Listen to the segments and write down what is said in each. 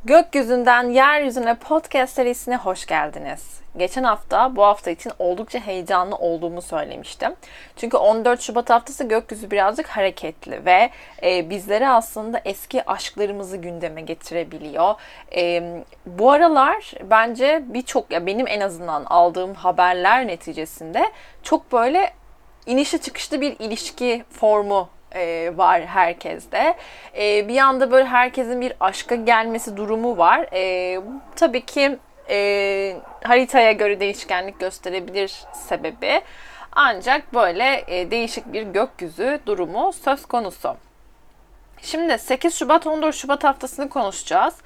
Gökyüzünden Yeryüzüne podcast serisine hoş geldiniz. Geçen hafta bu hafta için oldukça heyecanlı olduğumu söylemiştim. Çünkü 14 Şubat haftası gökyüzü birazcık hareketli ve bizlere aslında eski aşklarımızı gündeme getirebiliyor. Bu aralar bence birçok, ya benim en azından aldığım haberler neticesinde çok böyle inişli çıkışlı bir ilişki formu var herkeste. Bir yanda böyle herkesin bir aşka gelmesi durumu var. Tabii ki haritaya göre değişkenlik gösterebilir sebebi. Ancak böyle değişik bir gökyüzü durumu söz konusu. Şimdi 8 Şubat 14 Şubat haftasını konuşacağız.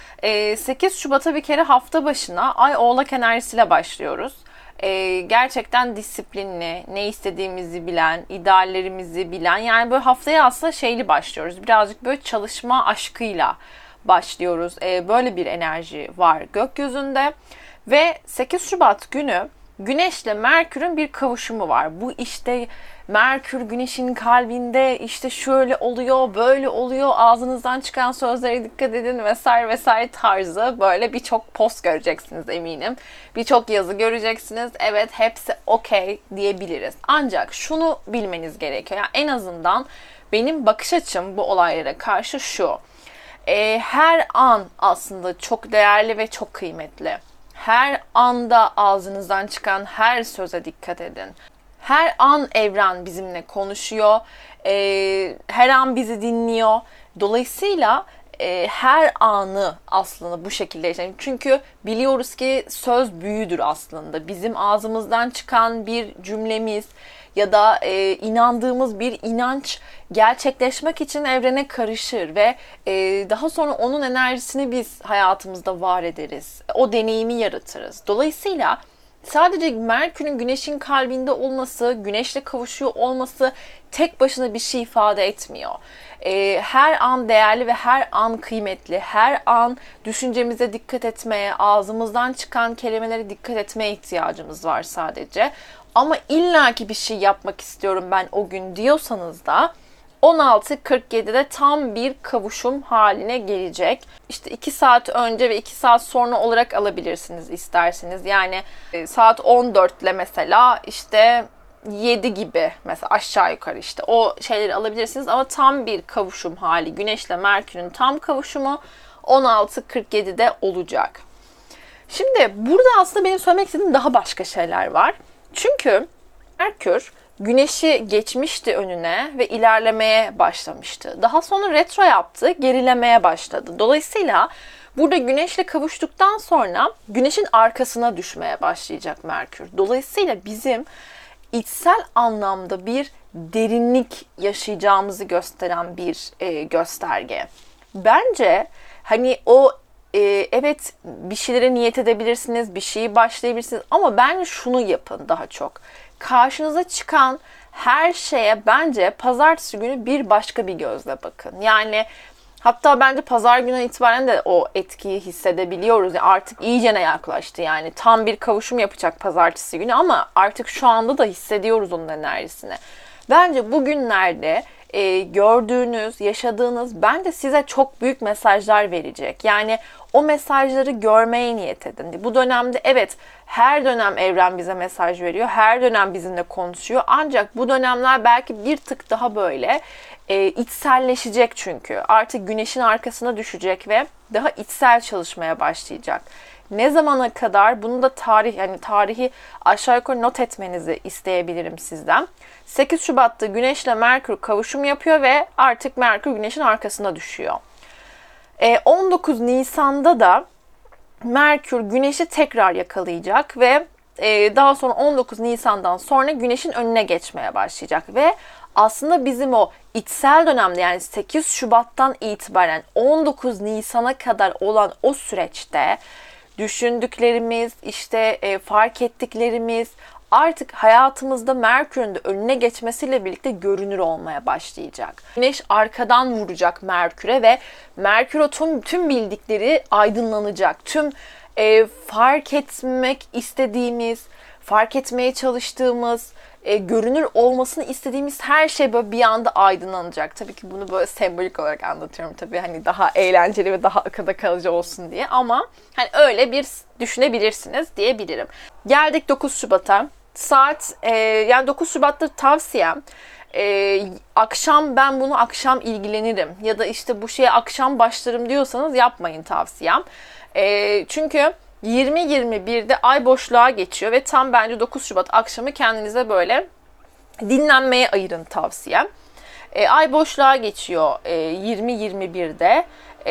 8 Şubat'a bir kere hafta başına Ay Oğlak enerjisiyle başlıyoruz. Gerçekten disiplinli, ne istediğimizi bilen, ideallerimizi bilen, yani böyle haftaya aslında şeyli başlıyoruz. Birazcık böyle çalışma aşkıyla başlıyoruz. Böyle bir enerji var gökyüzünde. Ve 8 Şubat günü Güneş'le Merkür'ün bir kavuşumu var. Bu işte Merkür Güneş'in kalbinde işte şöyle oluyor, böyle oluyor, ağzınızdan çıkan sözlere dikkat edin vesaire vesaire tarzı böyle birçok post göreceksiniz eminim. Birçok yazı göreceksiniz. Evet, hepsi okey diyebiliriz. Ancak şunu bilmeniz gerekiyor. Yani en azından benim bakış açım bu olaylara karşı şu. Her an aslında çok değerli ve çok kıymetli. Her anda ağzınızdan çıkan her söze dikkat edin. Her an evren bizimle konuşuyor. Her an bizi dinliyor. Dolayısıyla her anı aslında bu şekilde yaşayın. Çünkü biliyoruz ki söz büyüdür aslında. Bizim ağzımızdan çıkan bir cümlemiz ya da inandığımız bir inanç gerçekleşmek için evrene karışır ve daha sonra onun enerjisini biz hayatımızda var ederiz. O deneyimi yaratırız. Dolayısıyla sadece Merkür'ün Güneş'in kalbinde olması, Güneş'le kavuşuyor olması tek başına bir şey ifade etmiyor. Her an değerli ve her an kıymetli. Her an düşüncemize dikkat etmeye, ağzımızdan çıkan kelimelere dikkat etmeye ihtiyacımız var sadece. Ama illaki bir şey yapmak istiyorum ben o gün diyorsanız da 16.47'de tam bir kavuşum haline gelecek. İşte 2 saat önce ve 2 saat sonra olarak alabilirsiniz isterseniz. Yani saat 14'le mesela işte 7 gibi mesela aşağı yukarı işte o şeyleri alabilirsiniz. Ama tam bir kavuşum hali, Güneş'le Merkür'ün tam kavuşumu 16.47'de olacak. Şimdi burada aslında benim söylemek istediğim daha başka şeyler var. Çünkü Merkür Güneş'i geçmişti önüne ve ilerlemeye başlamıştı. Daha sonra retro yaptı, gerilemeye başladı. Dolayısıyla burada Güneş'le kavuştuktan sonra Güneş'in arkasına düşmeye başlayacak Merkür. Dolayısıyla bizim içsel anlamda bir derinlik yaşayacağımızı gösteren bir gösterge. Bence hani o evet, bir şeylere niyet edebilirsiniz, bir şeyi başlayabilirsiniz ama bence şunu yapın daha çok. Karşınıza çıkan her şeye bence pazartesi günü bir başka bir gözle bakın. Yani hatta bence pazar günü itibaren de o etkiyi hissedebiliyoruz. Yani artık iyicene yaklaştı yani. Tam bir kavuşum yapacak pazartesi günü ama artık şu anda da hissediyoruz onun enerjisini. Bence bugünlerde gördüğünüz, yaşadığınız bence size çok büyük mesajlar verecek. Yani o mesajları görmeye niyet edin. Bu dönemde evet, her dönem evren bize mesaj veriyor. Her dönem bizimle konuşuyor. Ancak bu dönemler belki bir tık daha böyle içselleşecek çünkü. Artık Güneş'in arkasına düşecek ve daha içsel çalışmaya başlayacak. Ne zamana kadar? Bunu da tarihi aşağı yukarı not etmenizi isteyebilirim sizden. 8 Şubat'ta Güneş'le Merkür kavuşum yapıyor ve artık Merkür Güneş'in arkasına düşüyor. 19 Nisan'da da Merkür Güneş'i tekrar yakalayacak ve daha sonra 19 Nisan'dan sonra Güneş'in önüne geçmeye başlayacak ve aslında bizim o içsel dönemde, yani 8 Şubat'tan itibaren 19 Nisan'a kadar olan o süreçte düşündüklerimiz, işte fark ettiklerimiz artık hayatımızda Merkür'ün de önüne geçmesiyle birlikte görünür olmaya başlayacak. Güneş arkadan vuracak Merkür'e ve Merkür o tüm bildikleri aydınlanacak. Tüm fark etmek istediğimiz, fark etmeye çalıştığımız, görünür olmasını istediğimiz her şey böyle bir anda aydınlanacak. Tabii ki bunu böyle sembolik olarak anlatıyorum tabii, hani daha eğlenceli ve daha akılda kalıcı olsun diye, ama hani öyle bir düşünebilirsiniz diyebilirim. Geldik 9 Şubat'a. Saat yani 9 Şubat'ta tavsiyem akşam ben bunu akşam ilgilenirim ya da işte bu şeye akşam başlarım diyorsanız yapmayın tavsiyem. Çünkü 20-21'de ay boşluğa geçiyor ve tam bence 9 Şubat akşamı kendinize böyle dinlenmeye ayırın tavsiyem. Ay boşluğa geçiyor 20-21'de.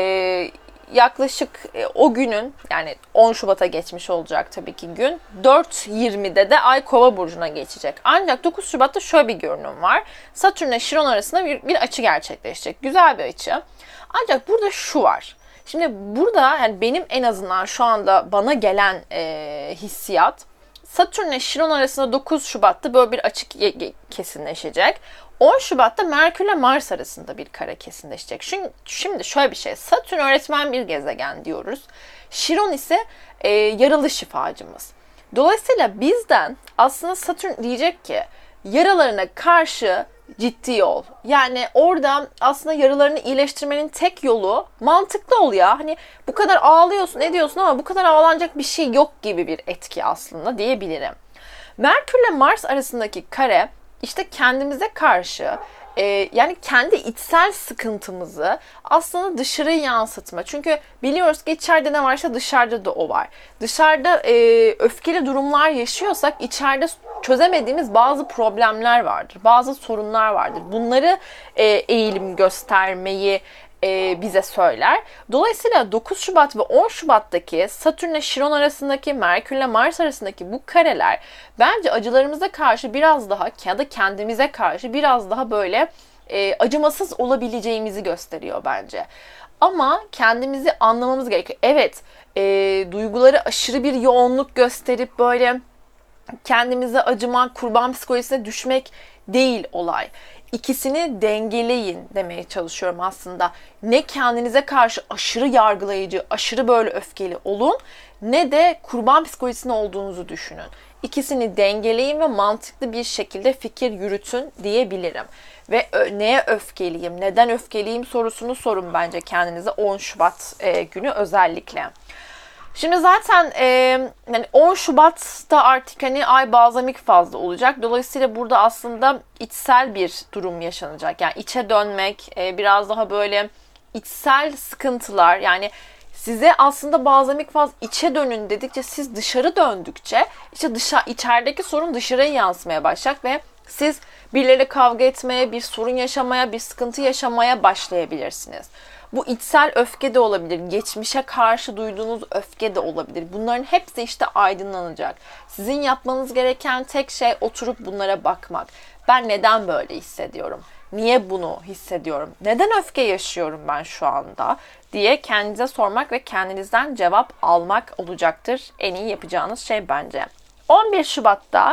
Yaklaşık o günün, yani 10 Şubat'a geçmiş olacak tabii ki gün, 4.20'de de Ay Kova burcuna geçecek. Ancak 9 Şubat'ta şöyle bir görünüm var. Satürn ile Şiron arasında bir açı gerçekleşecek. Güzel bir açı. Ancak burada şu var. Şimdi burada yani benim en azından şu anda bana gelen hissiyat, Satürn ile Şiron arasında 9 Şubat'ta böyle bir açı kesinleşecek. 10 Şubat'ta Merkür ile Mars arasında bir kare kesinleşecek. Şimdi şöyle bir şey. Satürn öğretmen bir gezegen diyoruz. Şiron ise yaralı şifacımız. Dolayısıyla bizden aslında Satürn diyecek ki yaralarına karşı ciddi ol. Yani orada aslında yaralarını iyileştirmenin tek yolu mantıklı ol ya. Hani bu kadar ağlıyorsun, ediyorsun ama bu kadar ağlanacak bir şey yok gibi bir etki aslında diyebilirim. Merkür ile Mars arasındaki kare işte kendimize karşı yani kendi içsel sıkıntımızı aslında dışarı yansıtma. Çünkü biliyoruz ki içeride ne varsa dışarıda da o var. Dışarıda öfkeli durumlar yaşıyorsak içeride çözemediğimiz bazı problemler vardır. Bazı sorunlar vardır. Bunları eğilim göstermeyi bize söyler. Dolayısıyla 9 Şubat ve 10 Şubat'taki Satürn ile Şiron arasındaki, Merkür ile Mars arasındaki bu kareler bence acılarımıza karşı biraz daha ya da kendimize karşı biraz daha böyle acımasız olabileceğimizi gösteriyor bence. Ama kendimizi anlamamız gerekiyor. Evet, duyguları aşırı bir yoğunluk gösterip böyle kendimize acımak, kurban psikolojisine düşmek değil olay. İkisini dengeleyin demeye çalışıyorum aslında. Ne kendinize karşı aşırı yargılayıcı, aşırı böyle öfkeli olun, ne de kurban psikolojisinde olduğunuzu düşünün. İkisini dengeleyin ve mantıklı bir şekilde fikir yürütün diyebilirim. Ve neye öfkeliyim, neden öfkeliyim sorusunu sorun bence kendinize 10 Şubat günü özellikle. Şimdi zaten yani 10 Şubat'ta artık hani ay bazamik fazla olacak. Dolayısıyla burada aslında içsel bir durum yaşanacak. Yani içe dönmek, biraz daha böyle içsel sıkıntılar, yani size aslında bazamik faz içe dönün dedikçe, siz dışarı döndükçe işte içerideki sorun dışarıya yansımaya başlayacak ve siz birileriyle kavga etmeye, bir sorun yaşamaya, bir sıkıntı yaşamaya başlayabilirsiniz. Bu içsel öfke de olabilir, geçmişe karşı duyduğunuz öfke de olabilir. Bunların hepsi işte aydınlanacak. Sizin yapmanız gereken tek şey oturup bunlara bakmak. Ben neden böyle hissediyorum? Niye bunu hissediyorum? Neden öfke yaşıyorum ben şu anda? Diye kendinize sormak ve kendinizden cevap almak olacaktır en iyi yapacağınız şey bence. 11 Şubat'ta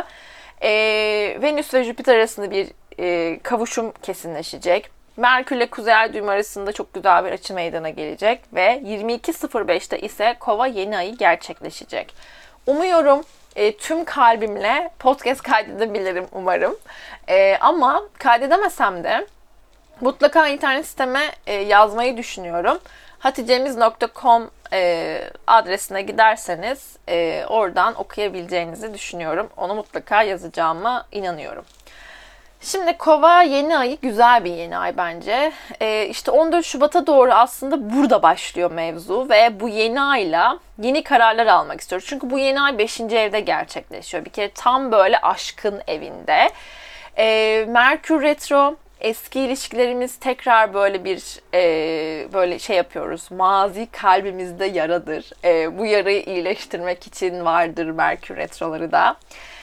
Venüs ve Jüpiter arasında bir kavuşum kesinleşecek. Merkür ile Kuzey Ay düğümü arasında çok güzel bir açı meydana gelecek ve 22.05'te ise Kova yeni ayı gerçekleşecek. Umuyorum tüm kalbimle podcast kaydedebilirim umarım. Ama kaydedemesem de mutlaka internet siteme yazmayı düşünüyorum. haticemiz.com adresine giderseniz oradan okuyabileceğinizi düşünüyorum. Onu mutlaka yazacağıma inanıyorum. Şimdi Kova yeni ayı güzel bir yeni ay bence. İşte 14 Şubat'a doğru aslında burada başlıyor mevzu ve bu yeni ayla yeni kararlar almak istiyoruz. Çünkü bu yeni ay 5. evde gerçekleşiyor. Bir kere tam böyle aşkın evinde. Merkür retro, eski ilişkilerimiz tekrar böyle bir böyle şey yapıyoruz. Mazi kalbimizde yaradır. Bu yarayı iyileştirmek için vardır Merkür retroları da.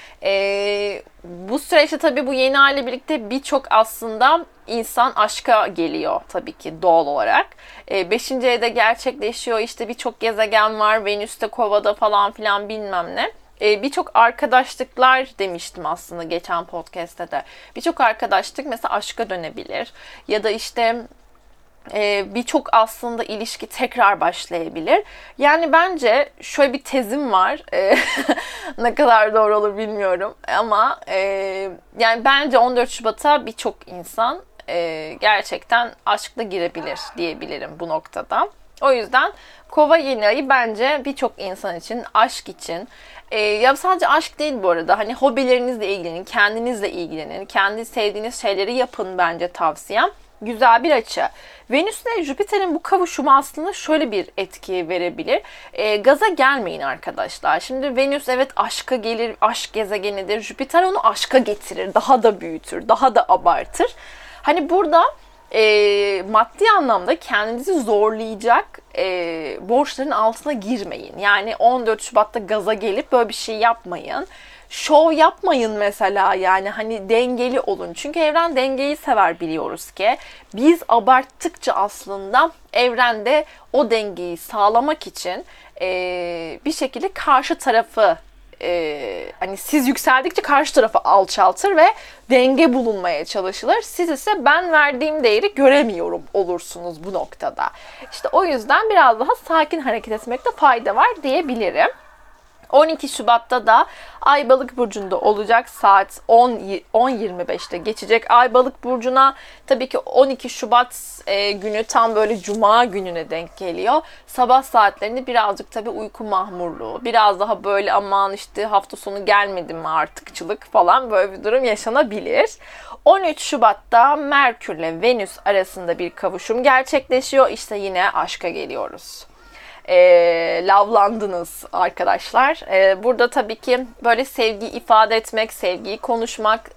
Bu süreçte tabii bu yeni ayla birlikte birçok aslında insan aşka geliyor tabii ki doğal olarak. 5. evde gerçekleşiyor, işte birçok gezegen var, Venüs'te Kova'da falan filan bilmem ne. Birçok arkadaşlıklar demiştim aslında geçen podcast'te de. Birçok arkadaşlık mesela aşka dönebilir ya da işte birçok aslında ilişki tekrar başlayabilir. Yani bence şöyle bir tezim var. Ne kadar doğru olur bilmiyorum. Ama yani bence 14 Şubat'a birçok insan gerçekten aşkla girebilir diyebilirim bu noktada. O yüzden Kova yeni ayı bence birçok insan için, aşk için, ya sadece aşk değil bu arada. Hani hobilerinizle ilgilenin, kendinizle ilgilenin, kendi sevdiğiniz şeyleri yapın bence tavsiyem. Güzel bir açı. Venüs ile Jüpiter'in bu kavuşumu aslında şöyle bir etki verebilir. Gaza gelmeyin arkadaşlar. Şimdi Venüs evet aşka gelir, aşk gezegenidir. Jüpiter onu aşka getirir, daha da büyütür, daha da abartır. Hani burada maddi anlamda kendinizi zorlayacak borçların altına girmeyin. Yani 14 Şubat'ta gaza gelip böyle bir şey yapmayın. Şov yapmayın mesela, yani hani dengeli olun. Çünkü evren dengeyi sever, biliyoruz ki. Biz abarttıkça aslında evrende o dengeyi sağlamak için bir şekilde karşı tarafı hani siz yükseldikçe karşı tarafı alçaltır ve denge bulunmaya çalışılır. Siz ise ben verdiğim değeri göremiyorum olursunuz bu noktada. İşte o yüzden biraz daha sakin hareket etmekte fayda var diyebilirim. 12 Şubat'ta da Ay Balık burcunda olacak, saat 10.25'te geçecek Ay Balık burcuna. Tabii ki 12 Şubat günü tam böyle Cuma gününe denk geliyor. Sabah saatlerinde birazcık tabii uyku mahmurluğu, biraz daha böyle aman işte hafta sonu gelmedi mi artıkçılık falan, böyle bir durum yaşanabilir. 13 Şubat'ta Merkür ile Venüs arasında bir kavuşum gerçekleşiyor. İşte yine aşka geliyoruz. Lavlandınız arkadaşlar. Burada tabii ki böyle sevgiyi ifade etmek, sevgiyi konuşmak,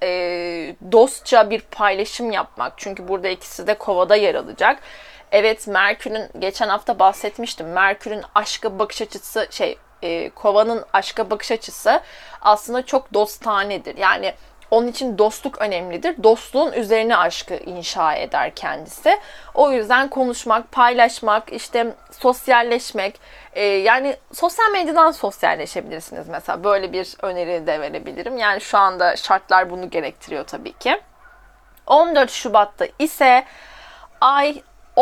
dostça bir paylaşım yapmak. Çünkü burada ikisi de Kova'da yer alacak. Evet, Merkür'ün geçen hafta bahsetmiştim. Merkür'ün aşka bakış açısı Kova'nın aşka bakış açısı aslında çok dostanedir. Yani onun için dostluk önemlidir. Dostluğun üzerine aşkı inşa eder kendisi. O yüzden konuşmak, paylaşmak, işte sosyalleşmek, yani sosyal medyadan sosyalleşebilirsiniz mesela. Böyle bir öneri de verebilirim. Yani şu anda şartlar bunu gerektiriyor tabii ki. 14 Şubat'ta ise Ay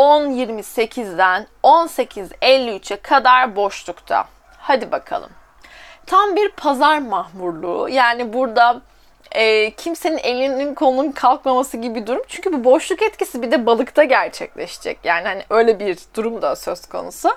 10.28'den 18.53'e kadar boşlukta. Hadi bakalım. Tam bir pazar mahmurluğu. Yani burada kimsenin elinin kolunun kalkmaması gibi bir durum. Çünkü bu boşluk etkisi bir de balıkta gerçekleşecek. Yani hani öyle bir durum da söz konusu.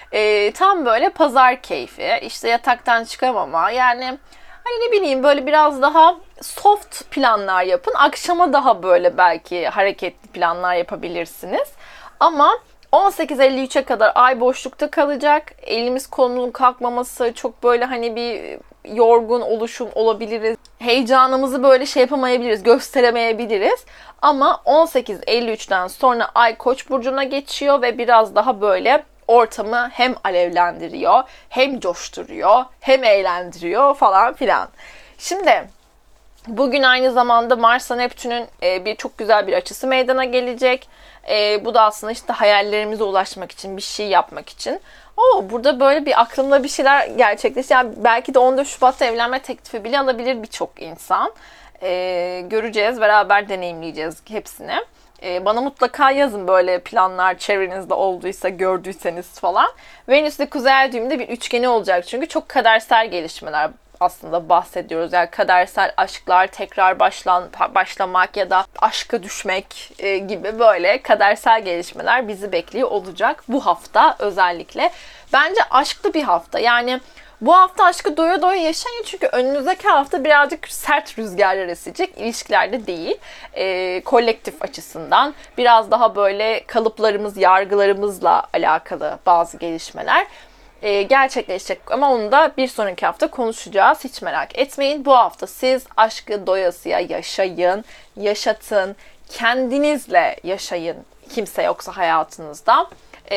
Tam böyle pazar keyfi, işte yataktan çıkamama, yani hani ne bileyim böyle biraz daha soft planlar yapın. Akşama daha böyle belki hareketli planlar yapabilirsiniz. Ama 18.53'e kadar ay boşlukta kalacak. Elimiz kolumuzun kalkmaması, çok böyle hani bir yorgun oluşum olabiliriz. Heyecanımızı böyle şey yapamayabiliriz, gösteremeyebiliriz. Ama 18.53'ten sonra Ay Koç burcuna geçiyor ve biraz daha böyle ortamı hem alevlendiriyor, hem coşturuyor, hem eğlendiriyor falan filan. Şimdi bugün aynı zamanda Mars'la Neptün'ün bir çok güzel bir açısı meydana gelecek. Bu da aslında işte hayallerimize ulaşmak için, bir şey yapmak için. Burada böyle bir aklımda bir şeyler gerçekleşti. Yani belki de 14 Şubat'ta evlenme teklifi bile alabilir birçok insan. Göreceğiz, beraber deneyimleyeceğiz hepsini. Bana mutlaka yazın böyle planlar çevrenizde olduysa, gördüyseniz falan. Venüs'te Kuzey Ay düğümünde bir üçgeni olacak çünkü çok kadersel gelişmeler aslında bahsediyoruz. Yani kadersel aşklar, tekrar başlamak ya da aşka düşmek gibi böyle kadersel gelişmeler bizi bekliyor olacak bu hafta özellikle. Bence aşklı bir hafta. Yani bu hafta aşkı doya doya yaşayın çünkü önünüzdeki hafta birazcık sert rüzgarlar esecek. İlişkilerde değil, kolektif açısından biraz daha böyle kalıplarımız, yargılarımızla alakalı bazı gelişmeler gerçekleşecek. Ama onu da bir sonraki hafta konuşacağız. Hiç merak etmeyin. Bu hafta siz aşkı doyasıya yaşayın, yaşatın, kendinizle yaşayın. Kimse yoksa hayatınızda.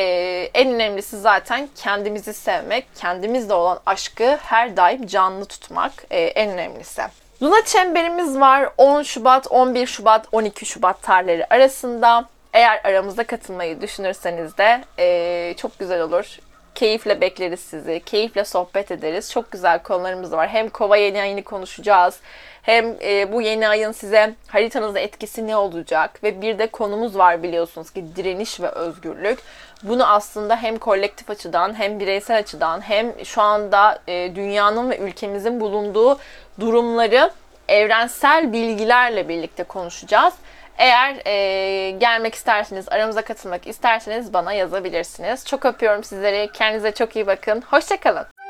En önemlisi zaten kendimizi sevmek, kendimizle olan aşkı her daim canlı tutmak en önemlisi. Luna çemberimiz var 10 Şubat, 11 Şubat, 12 Şubat tarihleri arasında. Eğer aramıza katılmayı düşünürseniz de çok güzel olur. keyifle bekleriz sizi. Keyifle sohbet ederiz. Çok güzel konularımız var. Hem kova yeni ayını konuşacağız. Hem bu yeni ayın size haritanızda etkisi ne olacak? Ve bir de konumuz var biliyorsunuz ki direniş ve özgürlük. Bunu aslında hem kolektif açıdan hem bireysel açıdan hem şu anda dünyanın ve ülkemizin bulunduğu durumları evrensel bilgilerle birlikte konuşacağız. Eğer gelmek isterseniz, aramıza katılmak isterseniz bana yazabilirsiniz. Çok öpüyorum sizleri. Kendinize çok iyi bakın. Hoşça kalın.